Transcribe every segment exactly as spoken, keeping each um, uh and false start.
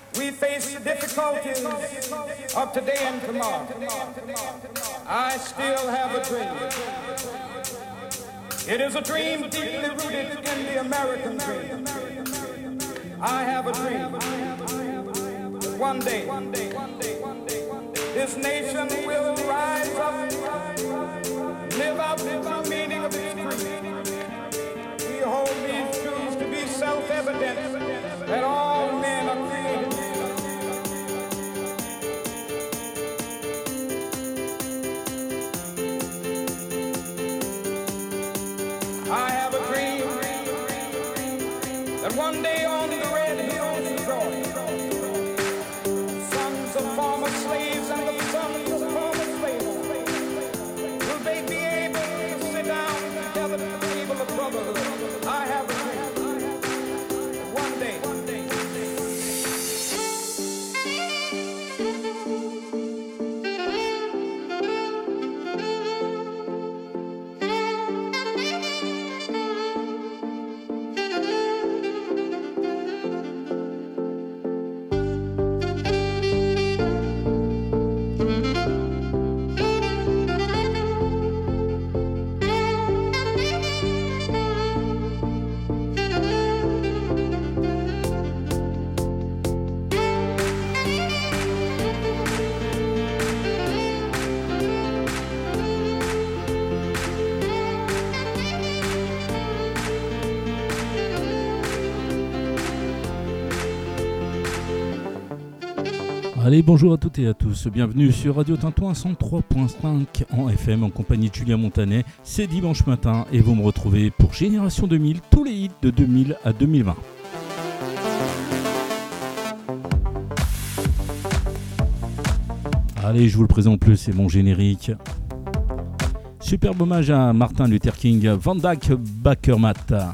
We face the difficulties of today and tomorrow. I still have a dream. It is a dream deeply rooted in the American dream. I have a dream that one day this nation will rise up, live out the true meaning of its creed. We hold these truths to be self-evident that all men are created. I have a dream that one day on the red hills of Georgia, sons of former slaves and the sons of former slaves, will they be able to sit down together at the table of brotherhood? I have a dream that one day, one day, Allez, bonjour à toutes et à tous, bienvenue sur Radio Tintouin cent trois point cinq en F M en compagnie de Julien Montanet. C'est dimanche matin et vous me retrouvez pour Génération deux mille, tous les hits de deux mille à deux mille vingt. Allez, je vous le présente plus, c'est mon générique. Superbe hommage à Martin Luther King, Van Dyke Bakermat.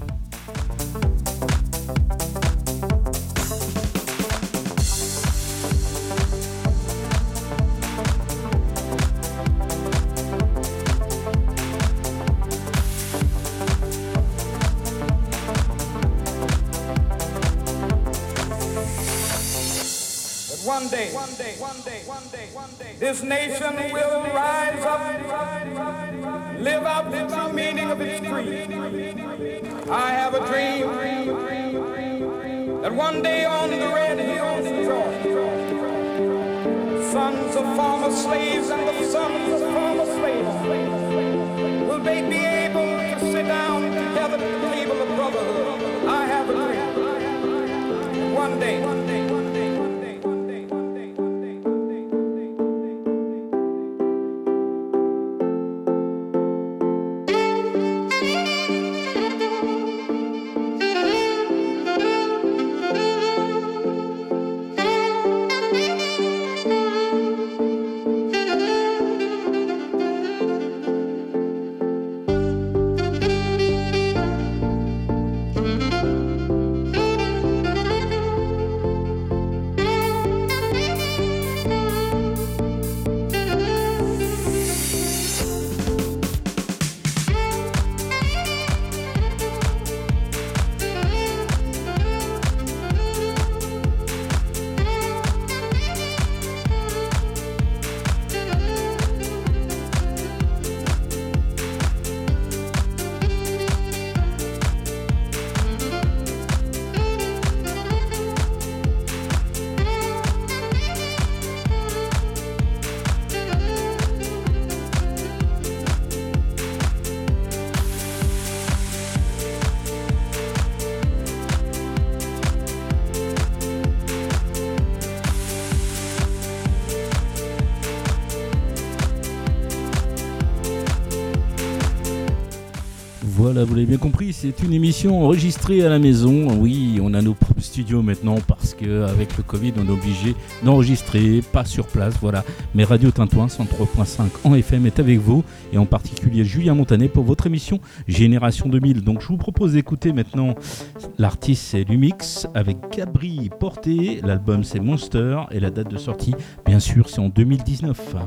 One day, one day, one day, one day, one day, this nation will rise up, live out the true meaning of its creed. I have a dream that one day on the red hills of Georgia, sons of former slaves and the sons of former slaves, will they be able to sit down together at the table of brotherhood? I have a dream. One day, one day, one day. Voilà, vous l'avez bien compris, c'est une émission enregistrée à la maison. Oui, on a nos propres studios maintenant parce qu'avec le Covid, on est obligé d'enregistrer, pas sur place, voilà. Mais Radio Tintouin cent trois point cinq en F M est avec vous et en particulier Julien Montanet pour votre émission Génération deux mille. Donc je vous propose d'écouter maintenant l'artiste, c'est Lumix avec Gabri Porté, l'album c'est Monster et la date de sortie, bien sûr, c'est en deux mille dix-neuf.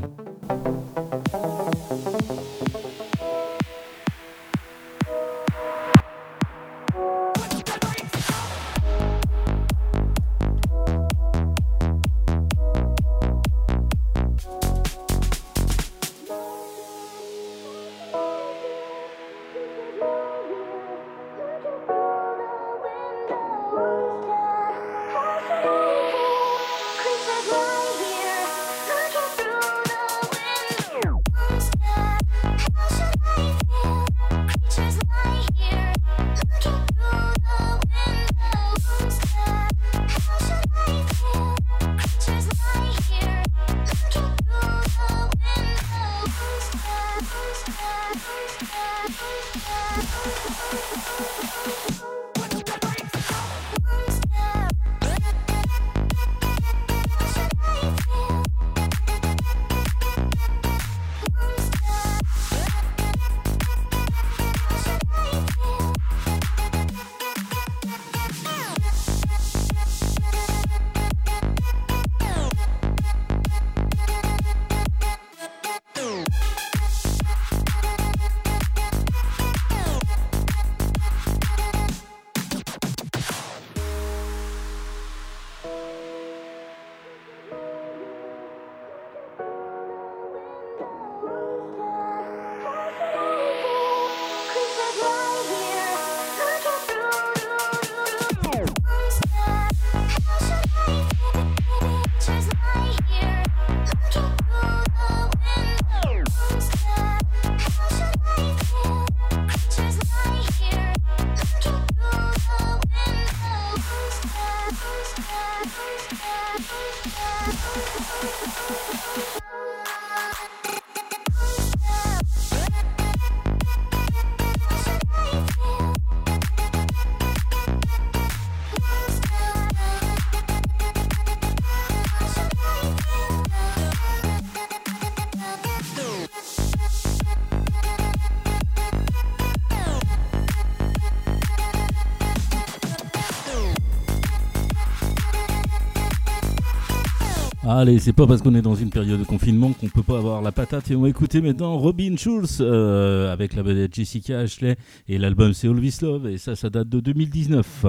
Allez, c'est pas parce qu'on est dans une période de confinement qu'on peut pas avoir la patate. Et on va écouter maintenant Robin Schulz euh, avec la vedette Jessica Ashley et l'album c'est All This Love et ça, ça date de deux mille dix-neuf.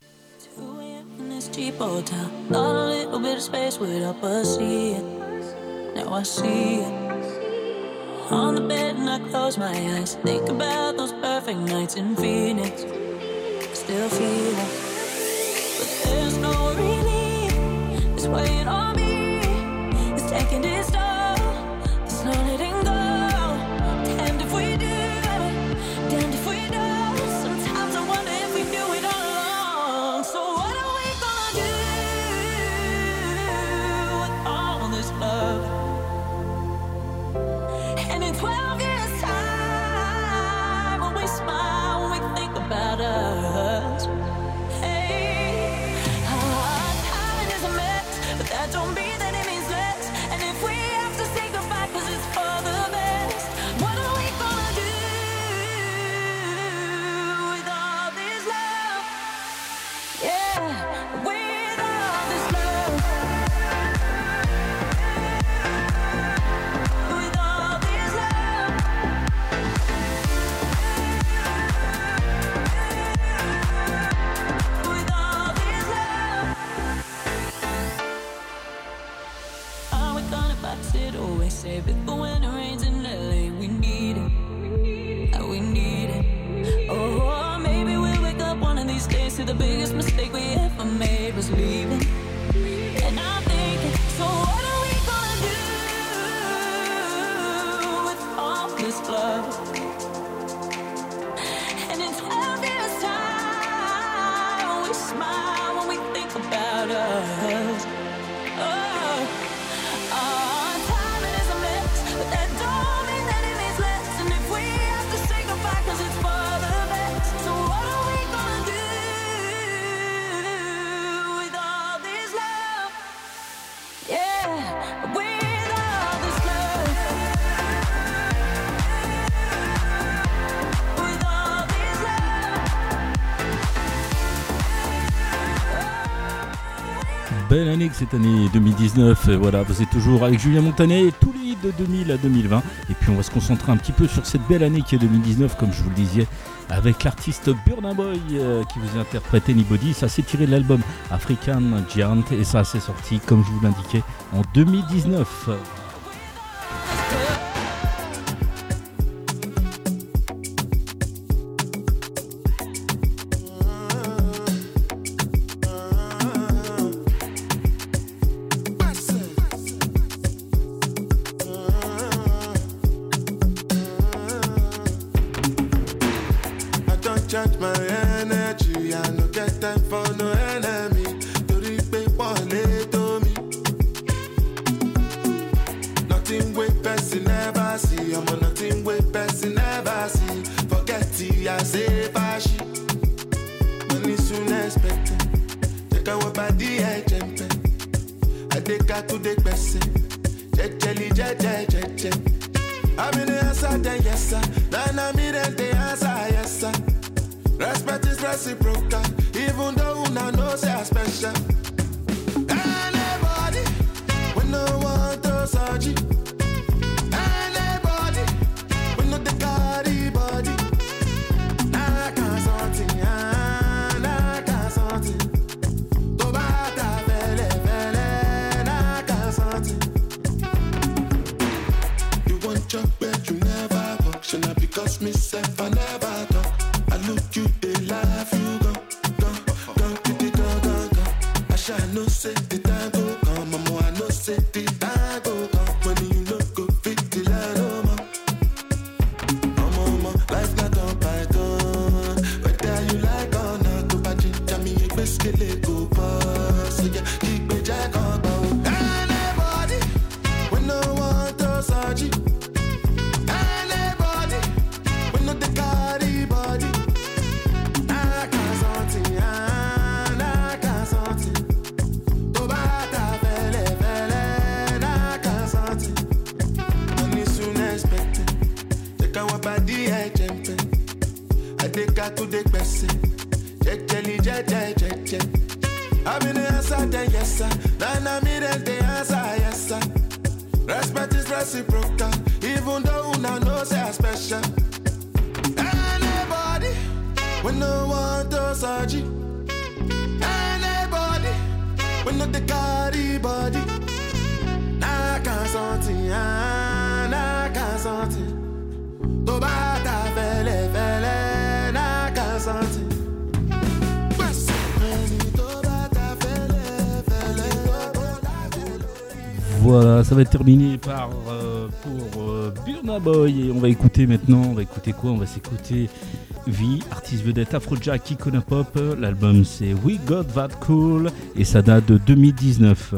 On the bed and I close my eyes, think about those perfect nights in Phoenix. Still feel it, but there's no relief. It's weighing on me, it's taking its toll. There's no letting go. Damned if we do, damned if we don't. Sometimes I wonder if we knew it all along. So what are we gonna do with all this love? And in twelve years' time, when we smile, when we think about us, hey, our timing is a mess, but that don't mean that it means less. And if we have to say goodbye, cause it's for the best, what are we gonna do with all this love? Yeah, with all this love. With all this love. With all this love. Are we gonna box it away? Save it for when it rains in L A. We need it. Uh, We need it. Oh, maybe we'll wake up one of these days to the biggest mistake we ever made was leaving. And I'm thinking, so what are we gonna do with all this love? And in twelve years' time, we smile when we think about us. Oh, our timing is a mess, but that don't mean that it means less. And if we have to say goodbye, cause it's for the best, so what are we gonna do with all this love? Yeah, with all this love. With all this love. Belle année que cette année deux mille dix-neuf, et voilà, vous êtes toujours avec Julien Montanet, tous les hits de deux mille à deux mille vingt, et puis on va se concentrer un petit peu sur cette belle année qui est deux mille dix-neuf, comme je vous le disais, avec l'artiste Burna Boy euh, qui vous interprète Anybody. Ça s'est tiré de l'album African Giant, et ça c'est sorti, comme je vous l'indiquais, en deux mille dix-neuf. What's I say fashi. Money soon expected. Check out what body I jump. I take her to the person. Check jelly, check, check, check, check. I'm in the answer, then yes sir. Then I'm in the answer, yes sir. Respect is reciprocal, even though una know say I special. Anybody, we no want to search it. Anybody, we no the carry body. I can't something, I can't something. To bata fele fele, I can't something. You want your bed, you never function. Because myself I never talk. I look you, they laugh, you go, go, go, go, go, go, go. I shall no say the time go come, mama, I no say the time go come. When you look go fit the line, oh, ma. Oh, mama, life not on python. Whether you like or not, go back to me, you best get it go pass. So yeah, keep me jack on go. Anybody, we no want to search it. Anybody, we no the carry body. To the person, check jelly, check, check, check, check. I'm in the answer, then yes sir. Then I'm in the answer, yes sir. Respect is reciprocal, even though una know say I special. Anybody, we no want to search it. Anybody, we no the carry body. I can't something, I can't something. To bata fele fele. Voilà, ça va être terminé par euh, pour euh, Burna Boy et on va écouter maintenant, on va écouter quoi? On va s'écouter V, artiste vedette Afrojack, Icona Pop. L'album c'est We Got That Cool et ça date de deux mille dix-neuf.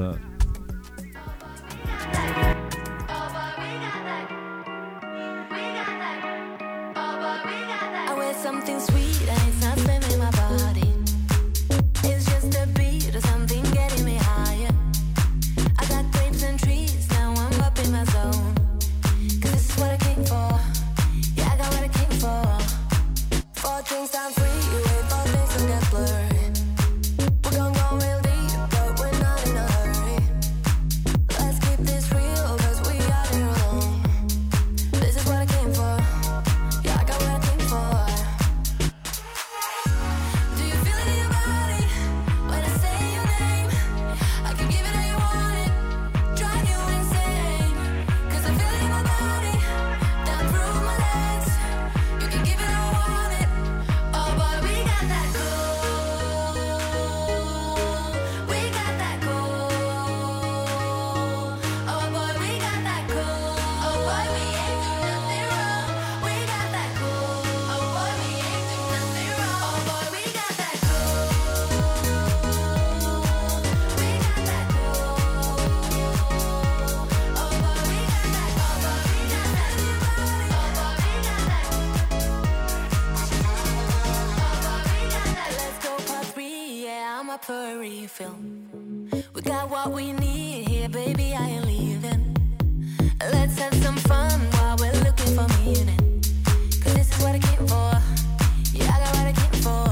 We got what we need here, baby, I ain't leaving. Let's have some fun while we're looking for meaning. Cause this is what I came for. Yeah, I got what I came for.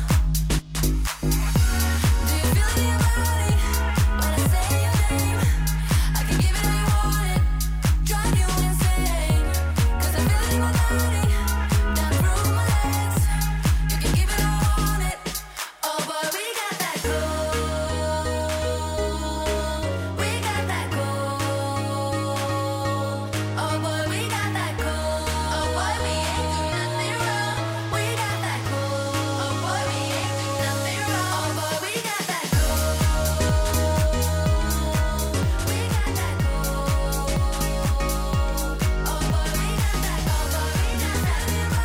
Do you feel it in your body when I say your name? I can give it all you want it, drive you insane. Cause I feel it in my body, down through my legs. You can give it all you want it. Oh boy, we got that cool. We got that cool. Oh boy, we got that cool. Oh boy, we ain't do nothing wrong. We got that cool. Oh boy, we ain't do nothing wrong. Oh boy, we got that cool. We got that cool. Oh boy, we got that. Oh boy, we got that.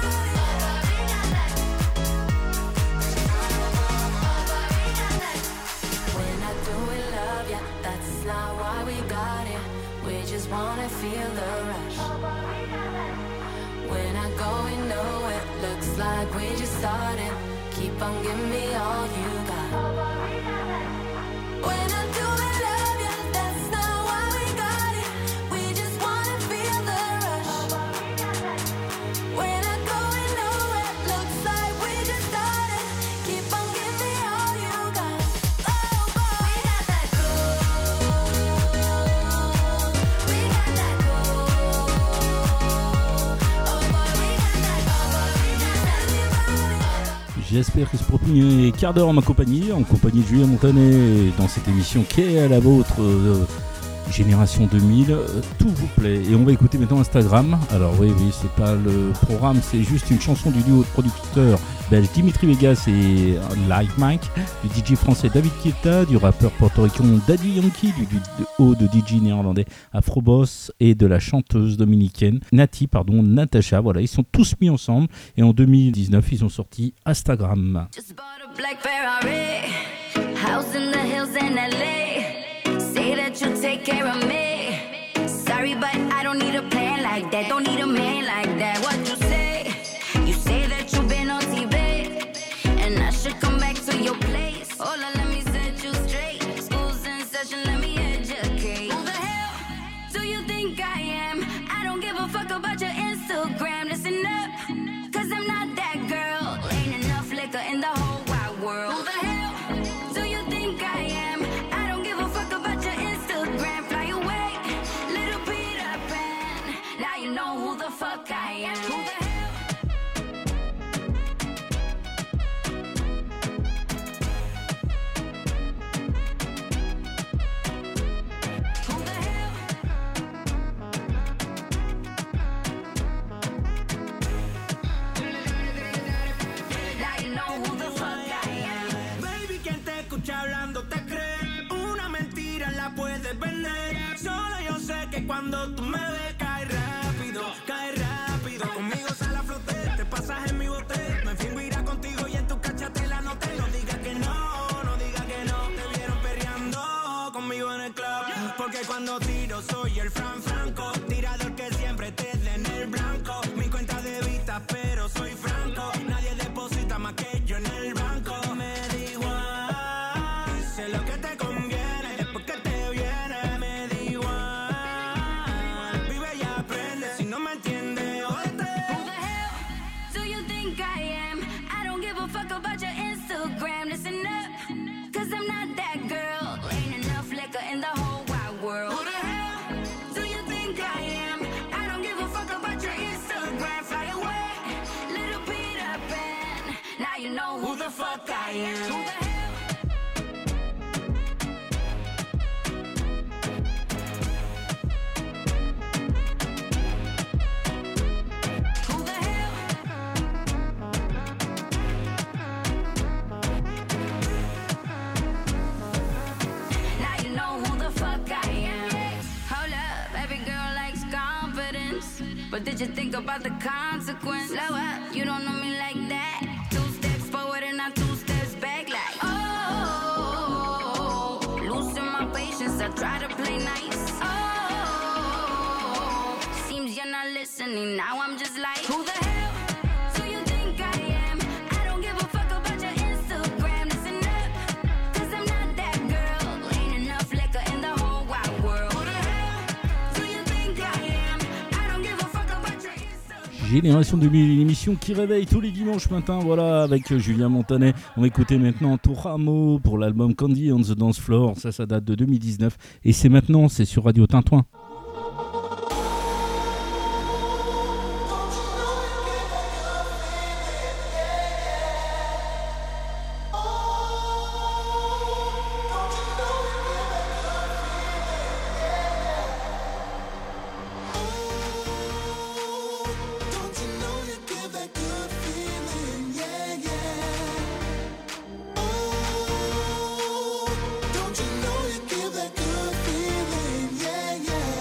We're not doing love, yeah, that's not why we got it. We just wanna feel the rush. We're not going nowhere, Looks like we just started. Keep on giving me all you got. When I do it, love you, that's not why we got it. We just wanna feel the rush. When I go in nowhere, looks like we just started. Keep on giving me all you got. Oh boy, we got that gold. We got that gold. Oh boy, we got that gold. We got that gold. J'espère que ce premier quart d'heure en ma compagnie, en compagnie de Julien Montanet, dans cette émission qui est à la vôtre, euh, Génération deux mille, euh, tout vous plaît. Et on va écouter maintenant Instagram. Alors oui, oui, c'est pas le programme, c'est juste une chanson du duo de producteurs belge Dimitri Vegas et Like Mike, du D J français David Guetta, du rappeur portoricain Daddy Yankee, du duo de D J néerlandais Afroboss et de la chanteuse dominicaine Nati, pardon, Natacha. Voilà, ils sont tous mis ensemble et en deux mille dix-neuf, ils ont sorti Instagram. Just bought a black Ferrari, house in the hills in L A. Say that you take care of me. Sorry, but I don't need a plan like that. Don't need a man like that. What you say? You say that you've been on T V, and I should come back to your place. Hola, let me set you straight. School's in session, let me educate. Who the hell do you think I am? I don't give a fuck about your Instagram. Listen up, cause I'm not that girl. Ain't enough liquor in the whole wide world. Who the hell do you think I am? I don't give a fuck about your Instagram. Fly away, little Peter Pan. Now you know who the fuck I am. Who the hell? Who the hell? Now you know who the fuck I am. Baby, quien te escucha hablando te cree. Una mentira la puedes vender. Solo yo sé que cuando tú me ves cae rápido, cae rápido. Conmigo sale a flote, te pasas en mi bote. Me fingo irá contigo y en tu cachate la noté. No digas que no, no digas que no. Te vieron perreando conmigo en el club. Porque cuando tiro soy el Fran Franco. Tirador que siempre te dé en el blanco. Mi cuenta de vista, pero soy franco. Nadie deposita más que yo en el banco. Me da igual, dice lo que te conviene. Después que te viene, me da igual. Vive y aprende, si no me entiendes, jódete. Who the hell do you think I am? I don't give a fuck about your Instagram. Listen up, cause I'm not that girl. Ain't enough liquor in the whole wide world. Who the hell do you think I am? I don't give a fuck about your Instagram. Fly away, little Peter Pan. Now you know who the fuck I am. Who the hell? Who the hell? Now you know who the fuck I am. Hold up, every girl likes confidence, but did you think about the consequence? Slow up, you don't know me like that. Two steps forward and not two steps back, like oh, losing my patience. I try to play nice. Oh, seems you're not listening. Now I'm just like, who the hell do you think I am? I don't give a fuck about your Instagram. Listen up, cause I'm not that girl. Ain't enough liquor in the whole wide world. Who the hell do you think I am? I don't give a fuck about your Instagram. Génération deux mille, une émission qui réveille tous les dimanches matin, voilà, avec Julien Montanet. On va écouter maintenant Toramo pour l'album Candy on the Dance Floor. Ça, ça date de deux mille dix-neuf. Et c'est maintenant, c'est sur Radio Tintouin. Don't you know you give that good feeling, yeah, yeah. Oh, don't you know you give that good feeling, yeah, yeah.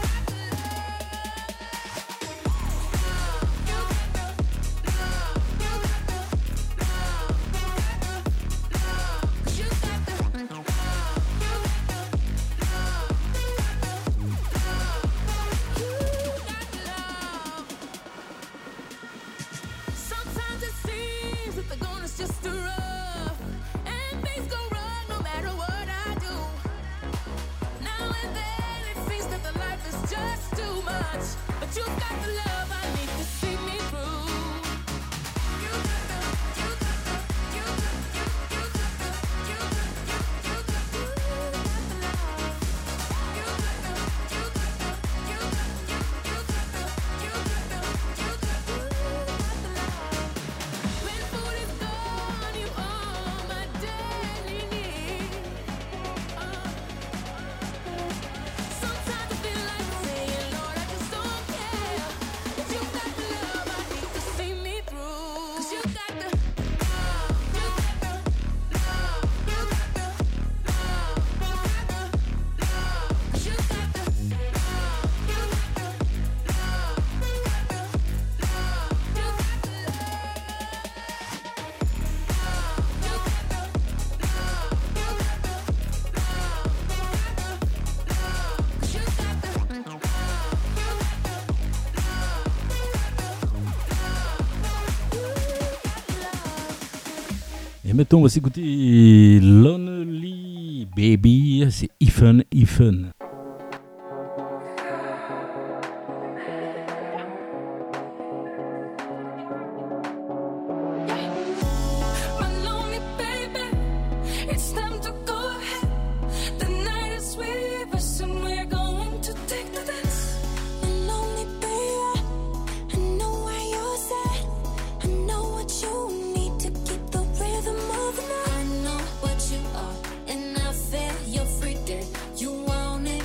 Et maintenant, on va s'écouter Lonely Baby, c'est Ethan Ethan. You want it.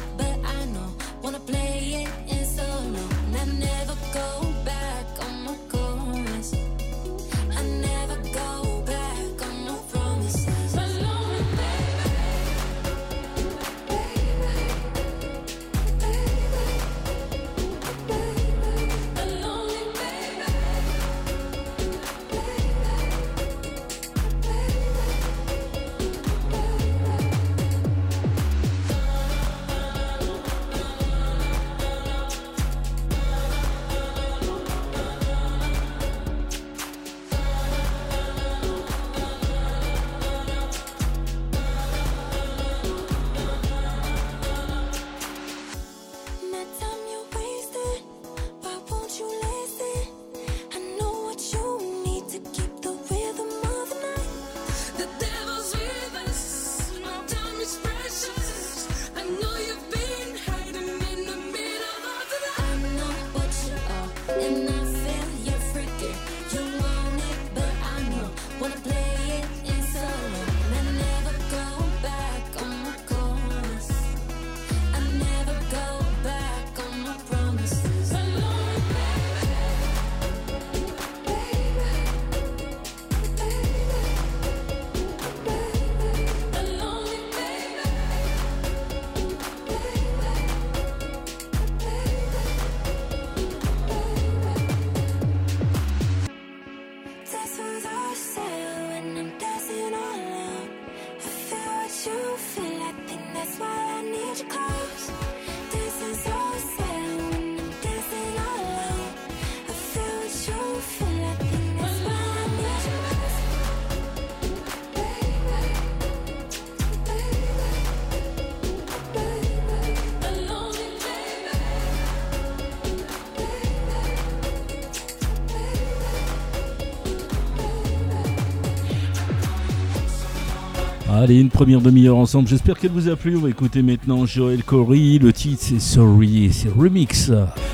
Allez, une première demi-heure ensemble, j'espère qu'elle vous a plu. On va écouter maintenant Joel Corey, le titre c'est Sorry, c'est remix.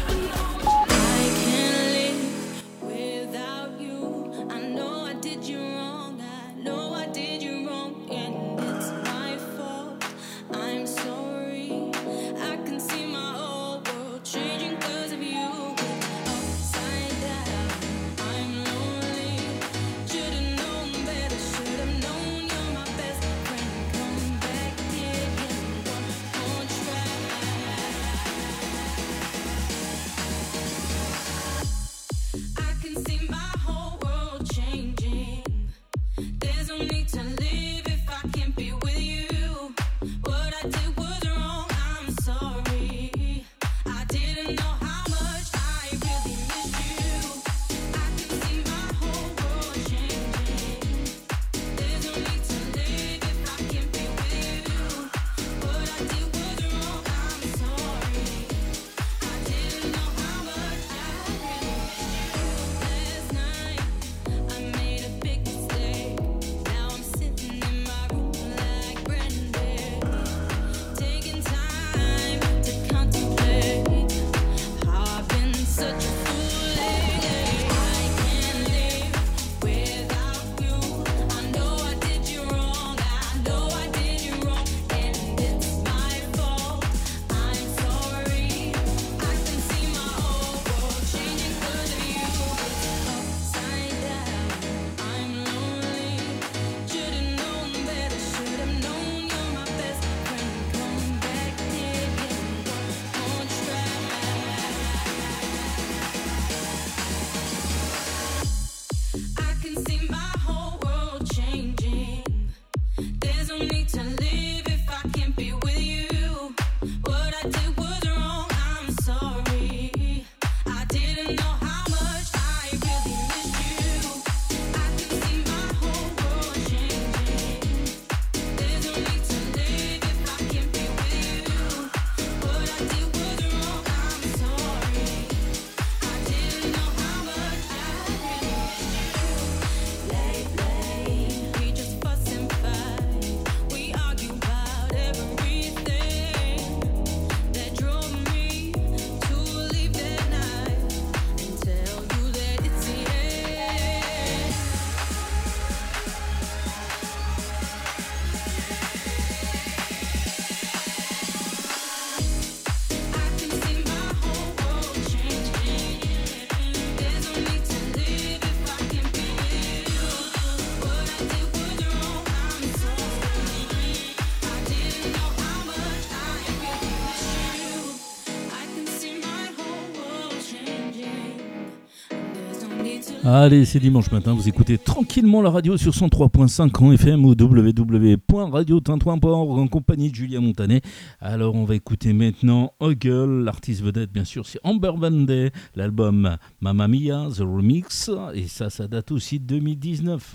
Allez, c'est dimanche matin, vous écoutez tranquillement la radio sur cent trois virgule cinq en F M ou w w w point radio tintouin point org en compagnie de Julien Montanet. Alors on va écouter maintenant Huggle, l'artiste vedette bien sûr c'est Amber Van Day, l'album Mamma Mia, The Remix, et ça, ça date aussi de deux mille dix-neuf.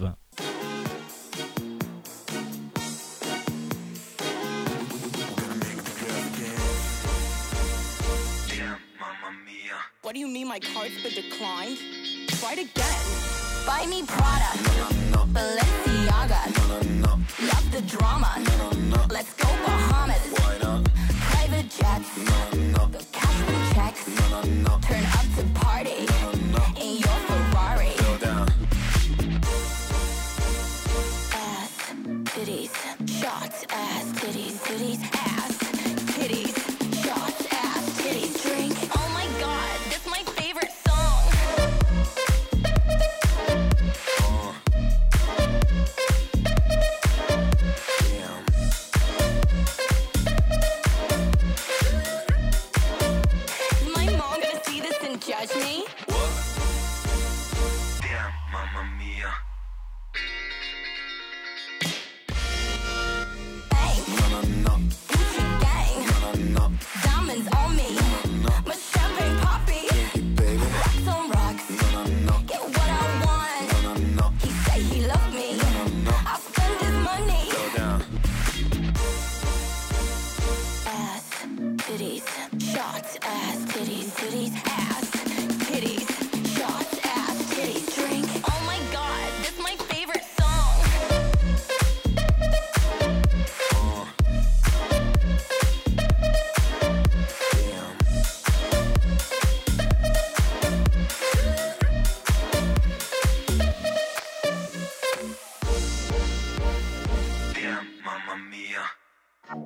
What do you mean my card's been declined? Try it again. Buy me Prada, no, no, no. Balenciaga, no, no, no. Love the drama, no, no, no. Let's go Bahamas. Why not? Private jets, no, no. The cash and checks, no, no, no. Turn up to party, no, no. In your Ferrari. Go down. Ass, titties, shots, ass, titties, titties, ass, titties, shots, ass, titties, drink. Oh my God, this is my favorite song. My mom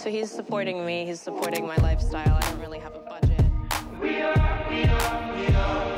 So he's supporting me, he's supporting my lifestyle. I don't really have a budget. We are, we are, we are.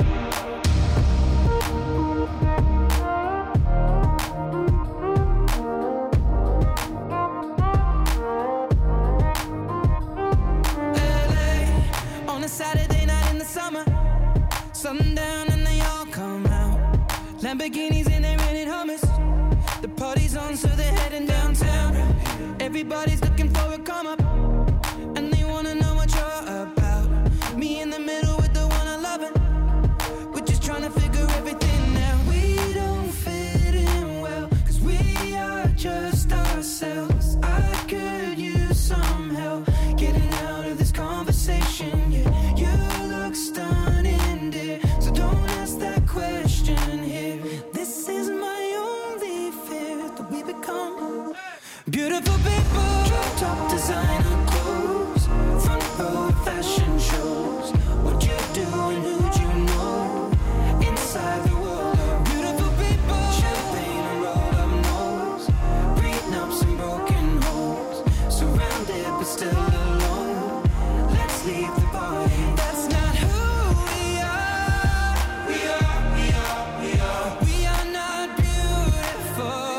A Saturday night in the summer, sundown and they all come out. Lamborghinis and they rented hummus. The party's on, so they're heading downtown. Everybody's looking for a come up, and they wanna know what you're about. Me in the middle with the one I love it. We're just trying to figure everything out. We don't fit in well, cause we are just ourselves. I could use some help getting out of this conversation. You look stunning, dear, so don't ask that question here. This is my only fear, that we become beautiful people. Drop top designer clothes, front row fashion shows. What you do and who'd you know? Inside the world of beautiful people. Champagne and rolled up nose, prenups and broken homes. Surrounded but still alone. Let's leave the party. That's not who we are. We are, we are, we are. We are not beautiful.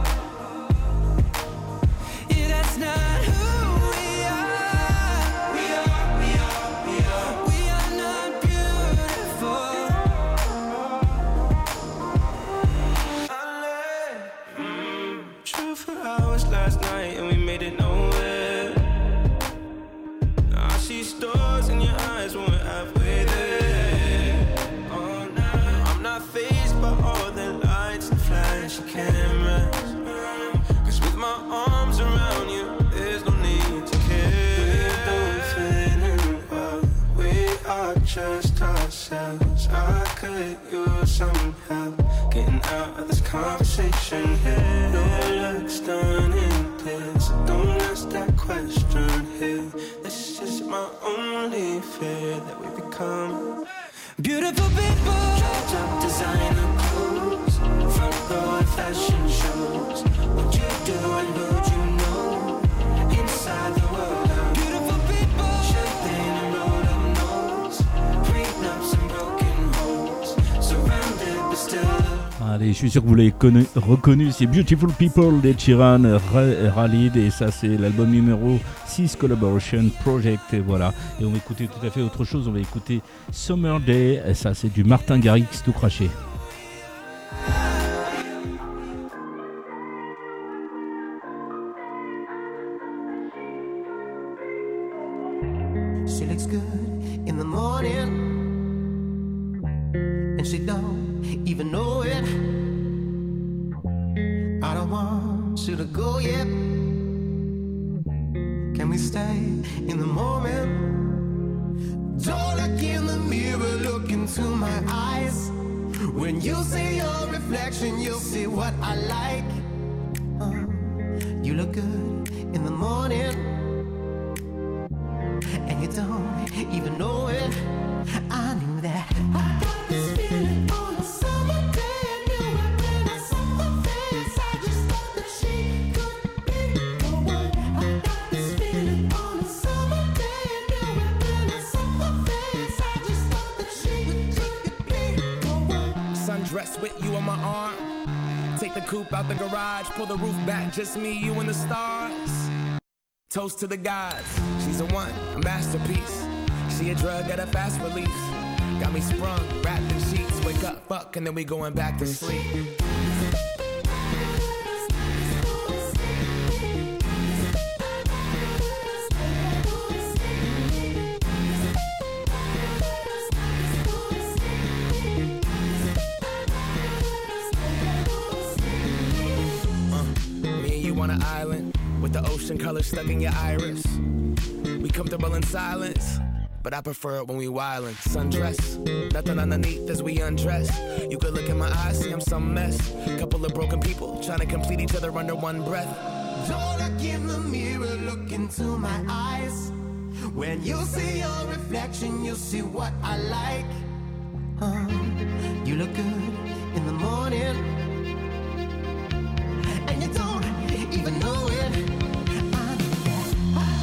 Yeah, that's not who we are. We are, we are, we are. We are not beautiful. I let mm, true for hours last night and we made it nowhere. Now I see stars in your eyes when we're halfway there. Oh, now I'm not fazed by all the lights and flashy cameras. Cause with my arms around you, there's no need to care. We don't fit in well, we are just ourselves. I could use some help getting out of this conversation here. No looks done in clear, so don't ask that question here. This is my only fear, that we become beautiful people. Drop top designer clothes, front row fashion shows. What you do and who'd you know? Inside the world of beautiful people. Champagne and rolled up nose, prenups and broken homes. Surrounded but still. Allez, je suis sûr que vous l'avez connu, reconnu, c'est Beautiful People d'Ed Sheeran, Ralid, et ça c'est l'album numéro six, Collaboration Project, et voilà. Et on va écouter tout à fait autre chose, on va écouter Summer Day, et ça c'est du Martin Garrix tout craché. She looks good in the morning, and she don't even know it. I don't want you to go yet. Can we stay in the moment? Don't look in the mirror, look into my eyes. When you see your reflection, you'll see what I like. uh, You look good in the morning, and you don't even know it. I knew that. I got this feeling on a summer day. I knew it when I saw her face. I just thought that she could be the one. I got this feeling on a summer day. I knew it when I saw her face. I just thought that she could be the one. Sundress with you on my arm. Take the coupe out the garage. Pull the roof back. Just me, you and the stars. Toast to the gods. She's a one, a masterpiece. She a drug at a fast release. Got me sprung, wrapped in sheets. Wake up, fuck, and then we going back to sleep. Uh, me and you on an island with the ocean color stuck in your iris. We comfortable in silence, but I prefer it when we wildin'. Sundress, nothing underneath as we undress. You could look in my eyes, see I'm some mess. Couple of broken people trying to complete each other under one breath. Don't look in the mirror, look into my eyes. When you see your reflection, you'll see what I like. uh, You look good in the morning, and you don't even know it. I know that.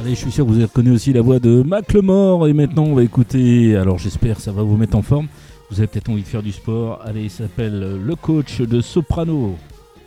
Allez, je suis sûr que vous avez reconnu aussi la voix de Macklemore. Et maintenant, on va écouter, alors j'espère que ça va vous mettre en forme. Vous avez peut-être envie de faire du sport. Allez, il s'appelle Le Coach de Soprano.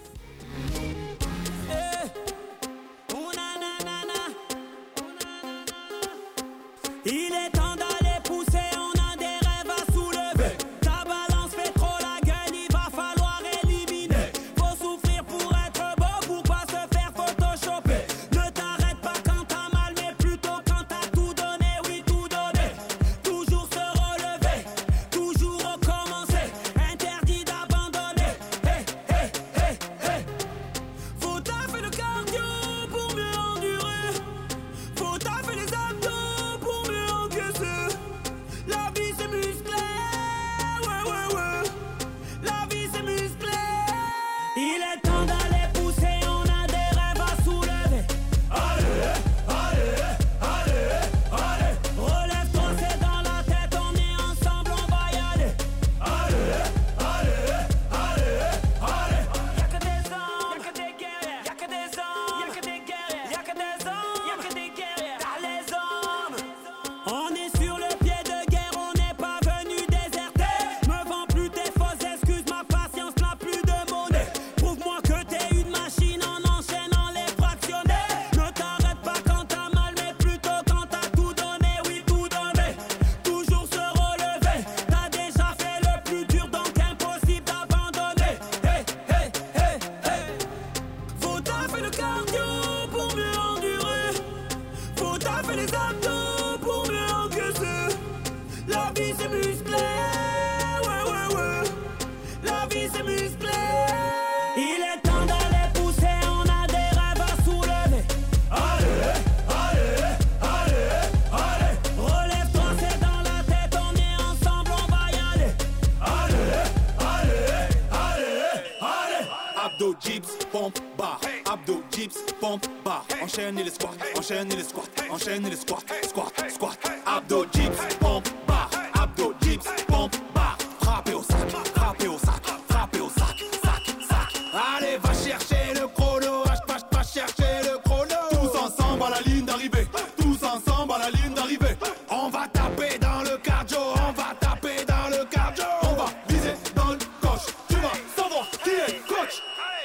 Enchaînez les squats, enchaînez les squats, enchaînez les squats, squat, squat, abdos, dips, pompe, barre, abdos, dips, pompe, barre, frappez au sac, frappez au sac, frappez au sac, sac, sac. Allez, va chercher le chrono, va, va, va chercher le chrono. Tous ensemble à la ligne d'arrivée, tous ensemble à la ligne d'arrivée. On va taper dans le cardio, on va taper dans le cardio. On va viser dans le coach, tu vas savoir qui est coach.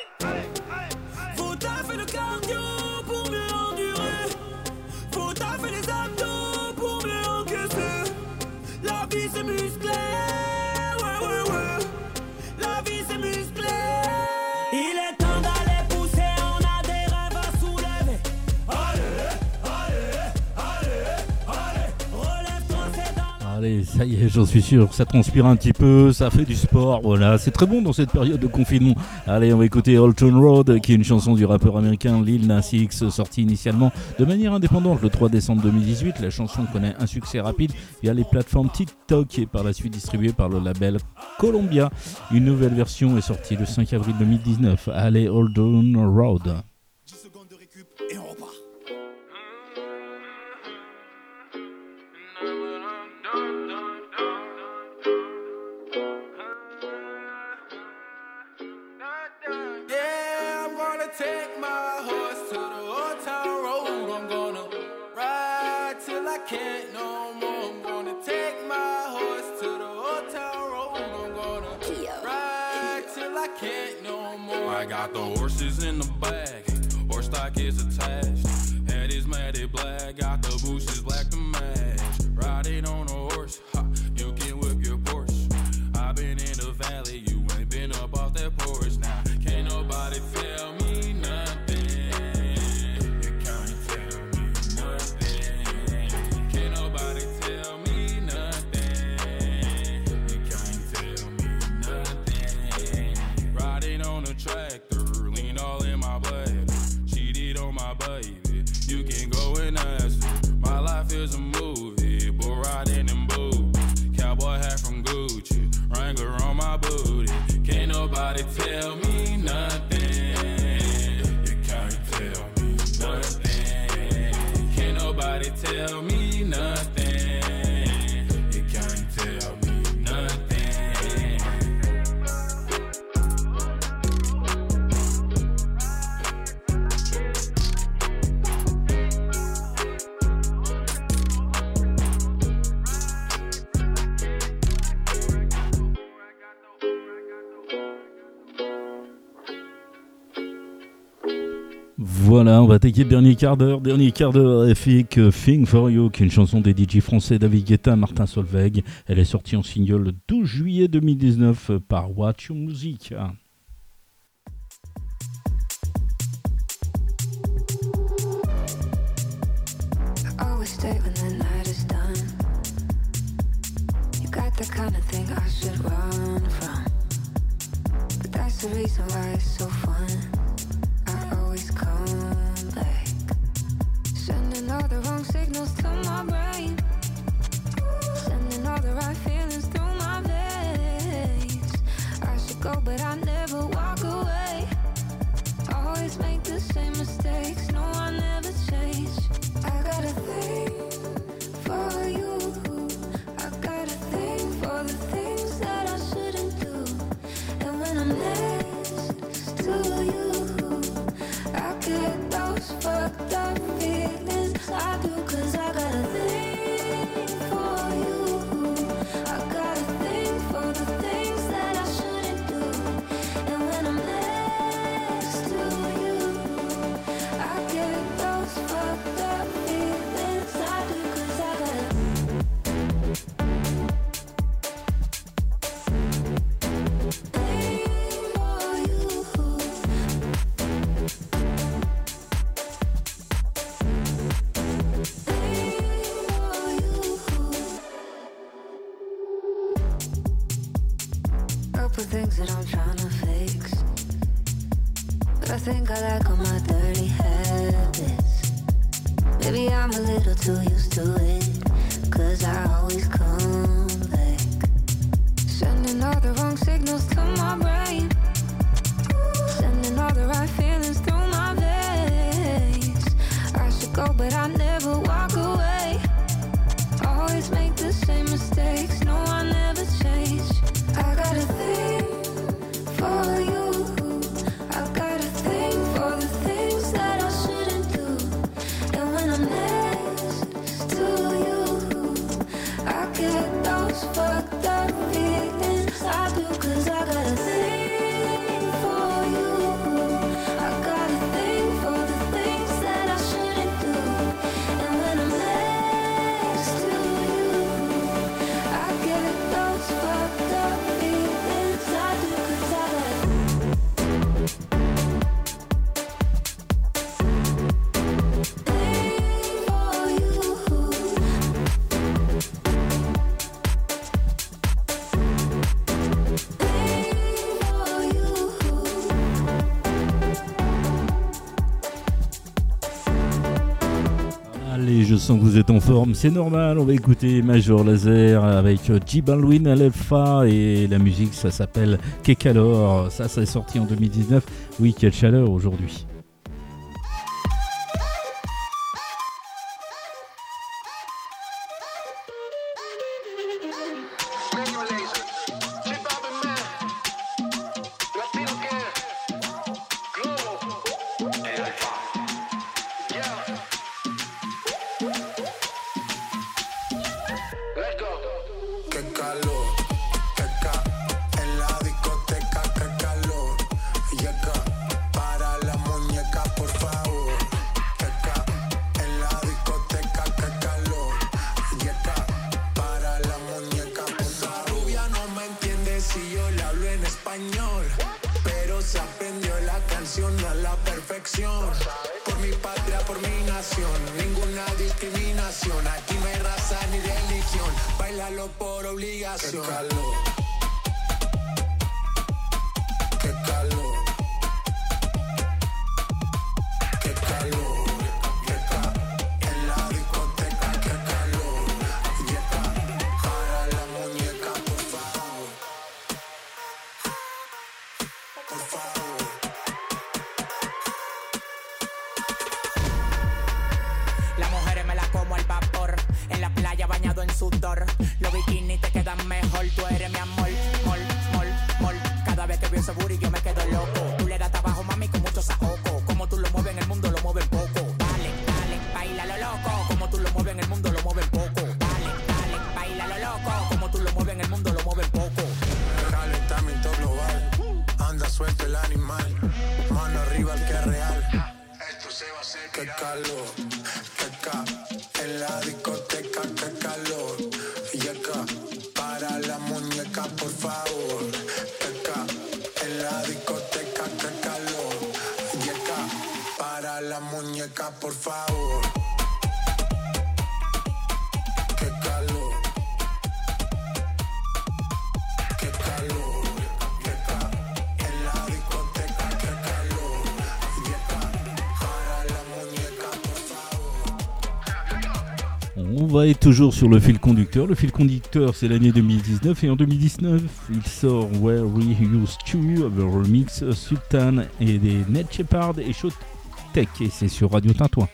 Faut taffer le cardio. C'est musclé, ouais, ouais, ouais. La vie c'est musclé. Il est temps d'aller pousser, on a des rêves à soulever. Allez, allez, allez, allez. Relève-toi, c'est dans. Allez, ça y est, j'en suis sûr, ça transpire un petit peu, ça fait du sport, voilà, c'est très bon dans cette période de confinement. Allez, on va écouter Old Town Road, qui est une chanson du rappeur américain Lil Nas X, sortie initialement de manière indépendante le trois décembre deux mille dix-huit. La chanson connaît un succès rapide via les plateformes TikTok et par la suite distribuée par le label Columbia. Une nouvelle version est sortie le cinq avril deux mille dix-neuf. Allez, Old Town Road. dix secondes de récup et on repart. Take my horse to the old town road. I'm gonna ride till I can't no more. I'm gonna take my horse to the old town road. I'm gonna ride till I can't no more. I got the horses in the bag, horse stock is attached. Head is matted black, got the bushes black to match. Riding on a horse, ha, you can whip your Porsche. I've been in the valley, you ain't been up off that porch. Now can't nobody tell me. Tractor, lean all in my blood. Cheated on my baby. You can go and ask her. My life is a movie, but riding in boots. Cowboy hat from Gucci, Wrangler on my booty. Can't nobody tell me nothing. You can't tell me nothing. Can't nobody tell me nothing. You can't tell me nothing. Voilà, on va attaquer le dernier quart d'heure. Dernier quart d'heure avec Thing for You, qui est une chanson des D J français David Guetta, Martin Solveig. Elle est sortie en single le douze juillet deux mille dix-neuf par Watch Your Music. Always stay when the night is done. You got the kind of thing I should run from, but that's the reason why it's so fun. I always come back, sending all the wrong signals to my brain, sending all the right feelings through my veins. I should go, but I never walk away. Always make the same mistakes. No, I never change. I got a thing for you. I got a thing for the things that I shouldn't do. And when I'm next to you, I get those fucked up feelings. I do, 'cause I got a thing for you. I got a thing for the things that I shouldn't do. And when I'm next to you, I get those fucked up feelings. I do, 'cause I got a couple things that I'm trying to fix, but I think I like all my dirty habits. Maybe I'm a little too used to it, 'cause I always come back, sending all the wrong signals to my brain, sending all the right feelings through my veins. I should go, but I never walk away. Always make the same mistakes. No, I never change. I got a thing for you. I got a thing for the things that I shouldn't do. And when I'm next to you, I get those fucked up feelings. I do, 'cause I got a thing for you. I got a thing for the things that I shouldn't do. And when I'm next to you, I get those fucked up feelings. I do, 'cause I got a Allez, je sens que vous êtes en forme, c'est normal, on va écouter Major Lazer avec J Balwin Alpha et la musique ça s'appelle Que Calor, ça ça est sorti en deux mille dix-neuf, oui quelle chaleur aujourd'hui. Qué calor, qué ca en la discoteca, qué calor. Yeca, para la muñeca, por favor. Qué ca en la discoteca, qué calor. Yeca, para la muñeca, por favor. Rubia no me entiende si yo le hablo en español, pero se aprendió la canción a la perfección. Por mi patria, por mi nación, ninguna discriminación. Aquí no hay raza ni religión. Bailalo por obligación. Qué calor. Qué calor. Qué calor. Qué ca en la discoteca, qué calor. Yeca, para la muñeca, por favor. Por favor. Las mujeres me la como al vapor, en la playa bañado en sudor. Los bikinis te quedan mejor, tú eres mi amor, mol, mol, mol. Cada vez que veo ese booty yo me quedo loco. Tú le das trabajo, mami, con mucho saoco. Como tú lo mueves en el mundo, lo mueven poco. Dale, dale, baila lo loco. Como tú lo mueves en el mundo, lo mueven poco. Dale, dale, baila lo loco. Como tú lo mueves en el mundo, lo mueven poco. Calentamiento global, anda suelto el animal. Mano arriba el que es real. Esto qué calor, qué ca, en la discoteca, qué calor, yeca, para la muñeca, por favor, yeca, en la discoteca, qué calor, yeca, para la muñeca, por favor, qué calor, qué calor. On va être toujours sur le fil conducteur. Le fil conducteur, c'est l'année deux mille dix-neuf. Et en deux mille dix-neuf, il sort Where We Used To, le remix Sultan et des Ned Shepard et Show Tech. Et c'est sur Radio Tintouin.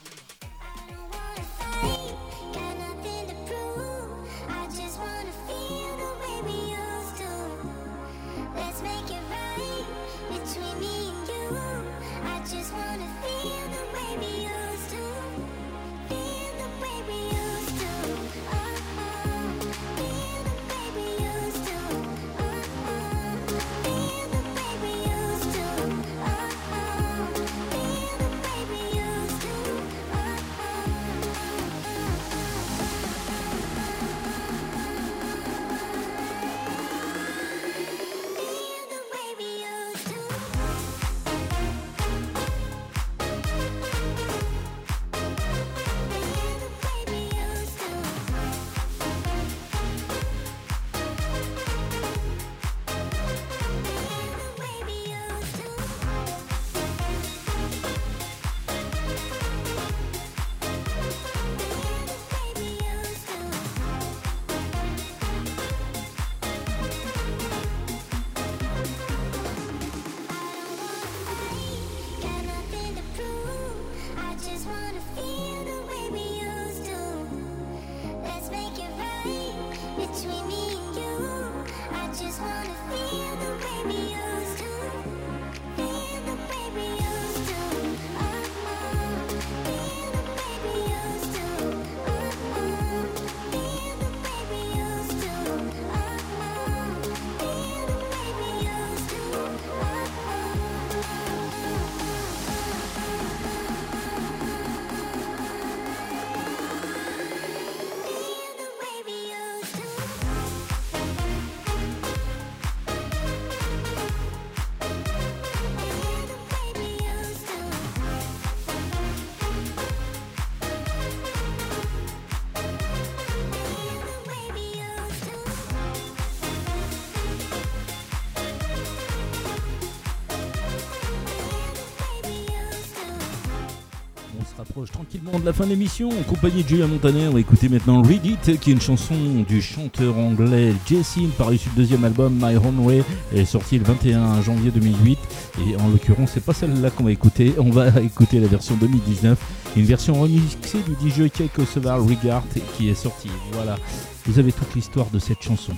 Tranquillement de la fin de l'émission, en compagnie de Julia Montaner, on va écouter maintenant Read It, qui est une chanson du chanteur anglais Jason, paru sur le deuxième album My Own Way, elle est sortie le vingt et un janvier deux mille huit, et en l'occurrence c'est pas celle-là qu'on va écouter, on va écouter la version deux mille dix-neuf, une version remixée du D J Kosovar Regard qui est sortie. Voilà, vous avez toute l'histoire de cette chanson.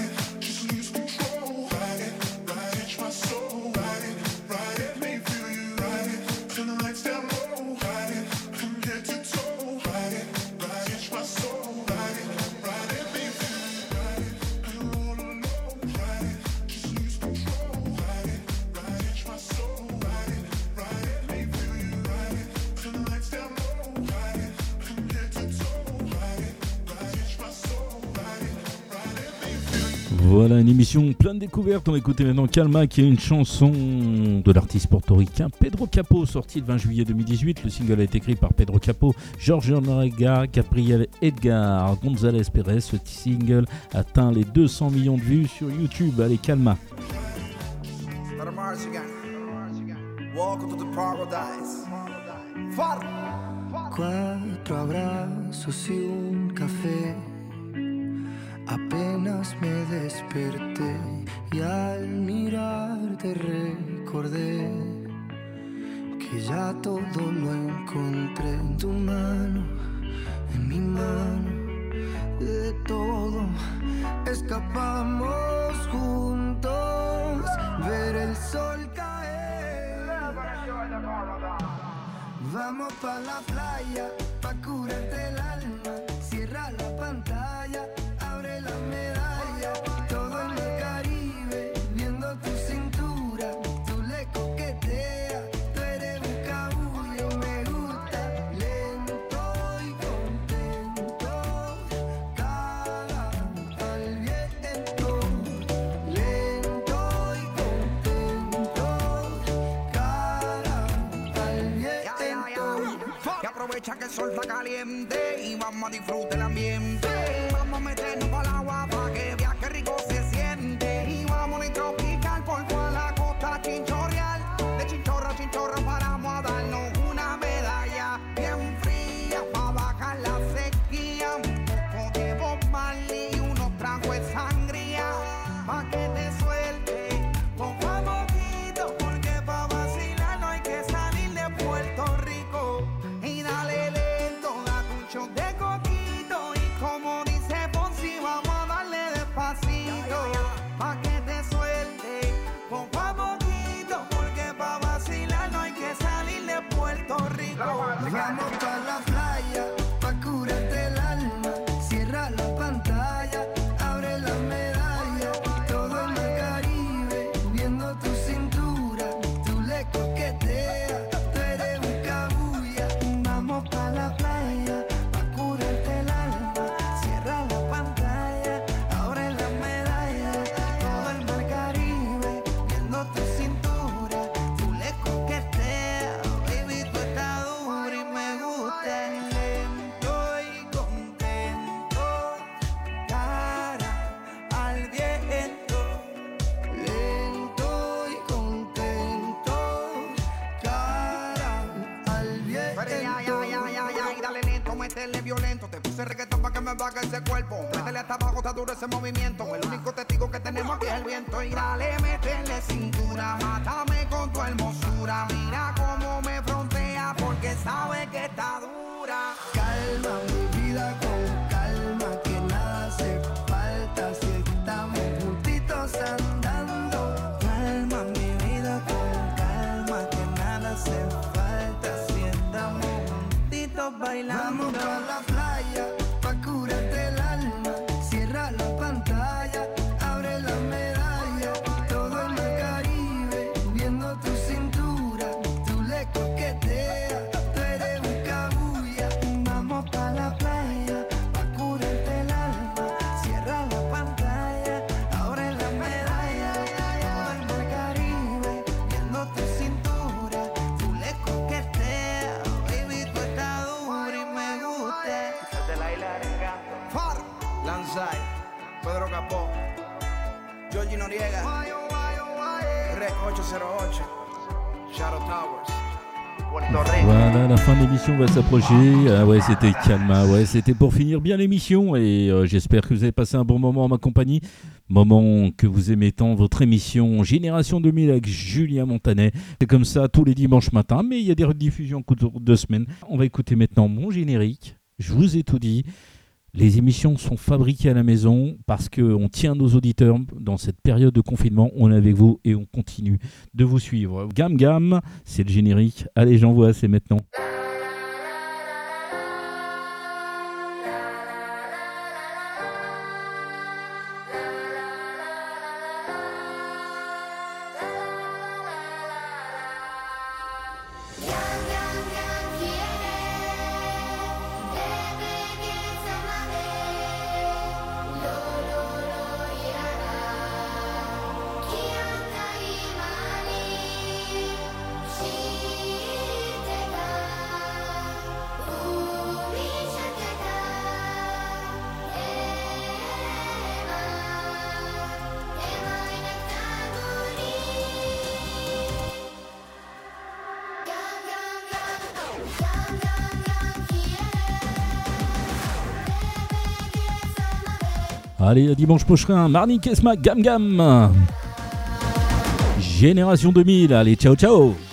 Just lose control, ride it, ride it, just lose control, ride it, ride it, make feel you. Voilà une émission pleine de découvertes. On va écouter maintenant Calma, qui est une chanson de l'artiste portoricain Pedro Capó, sortie le vingt juillet deux mille dix-huit. Le single a été écrit par Pedro Capó, Jorge Noriega, Gabriel Edgar, González Pérez. Ce single atteint les deux cents millions de vues sur YouTube. Allez, Calma. Welcome to the paradise. Cuatro abrazos y un café. Apenas me desperté y al mirarte recordé que ya todo lo encontré en tu mano, en mi mano. De todo escapamos juntos, ver el sol caer. Vamos pa' la playa, pa' curarte el alma. Cierra la pantalla, abre la medalla. Todo en el Caribe, viendo tu cintura. Tú le coqueteas, tú eres un cabullo. Me gusta lento y contento. Cara al viento. Lento y contento. Cara al viento. Y aprovecha que el sol está caliente y vamos a disfrutar el ambiente. Vamos a meternos para el agua para que veas que rico se siente. Y vamos a tropical por toda la costa chinchorreal. De chinchorro a chinchorro paramos a darnos una medalla bien fría para bajar la sequía. Un poco de Bob Marley y unos tragos de sangría pa' que te suelte poco a poquito, porque pa' vacilar no hay que salir de Puerto Rico. Y dale lento, date un shot de coquito. Y como dice Fonsi, vamos a darle despacito pa' que te suelte poco a poquito, porque pa' vacilar no hay que salir de Puerto Rico. Vamos pa' la playa, pa' curarte el alma. Cierra la pantalla, abre la medalla. Todo en el Caribe, viendo tu cintura. Tú le coqueteas, tú eres un cabulla. Vamos pa' la playa, pa' curarte el alma. Cierra la pantalla, abre la medalla. Todo el mar Caribe, viendo tu cintura. Tú le coqueteas, baby, tú estás dura y me gusta. Lento y contento, cara al viento. Lento y contento, cara al viento. Pero ya, ya, ya, ya, ya, y dale lento, métele violento. Te puse reggaetón pa' que me baje ese cuerpo. Métele hasta abajo, está duro ese movimiento. El único testigo que tenemos aquí es el viento. Y dale, métele cintura, mátame con tu hermosura. Mira cómo me frontea, porque sabe que está dura. Calma mi vida con calma, que nada hace falta si estamos juntitos andando. Calma mi vida con calma, que nada hace falta si estamos juntitos bailando. Vamos pa' la playa, pa' curarte el alma. Cierra la pantalla, abre la medalla. Todo en el Caribe, viendo tu cintura. Tú le coqueteas, tú eres un cabulla. Vamos pa' la playa, pa' curarte el alma. Cierra la pantalla, abre la medalla. Todo en el Caribe, viendo tu cintura. Tú le coqueteas, baby, tú estás dura y me gusta. De la isla del encanto. Far, Lanzai, Pedro Capó, Jorge Noriega, Rec ocho cero ocho, Shadow Towers, Puerto Rico. Voilà, la fin de l'émission va s'approcher. Ah ouais, c'était Calma. Ouais, c'était pour finir bien l'émission. Et euh, j'espère que vous avez passé un bon moment en ma compagnie. Moment que vous aimez tant, votre émission Génération deux mille avec Julien Montanet. C'est comme ça tous les dimanches matins, mais il y a des rediffusions en cours de semaine. On va écouter maintenant mon générique. Je vous ai tout dit. Les émissions sont fabriquées à la maison parce qu'on tient nos auditeurs dans cette période de confinement. On est avec vous et on continue de vous suivre. Gam Gam, c'est le générique. Allez, j'envoie, c'est maintenant. Yeah. Allez, à dimanche prochain, Marnie Kesma, Gam Gam. Génération deux mille, allez, ciao ciao.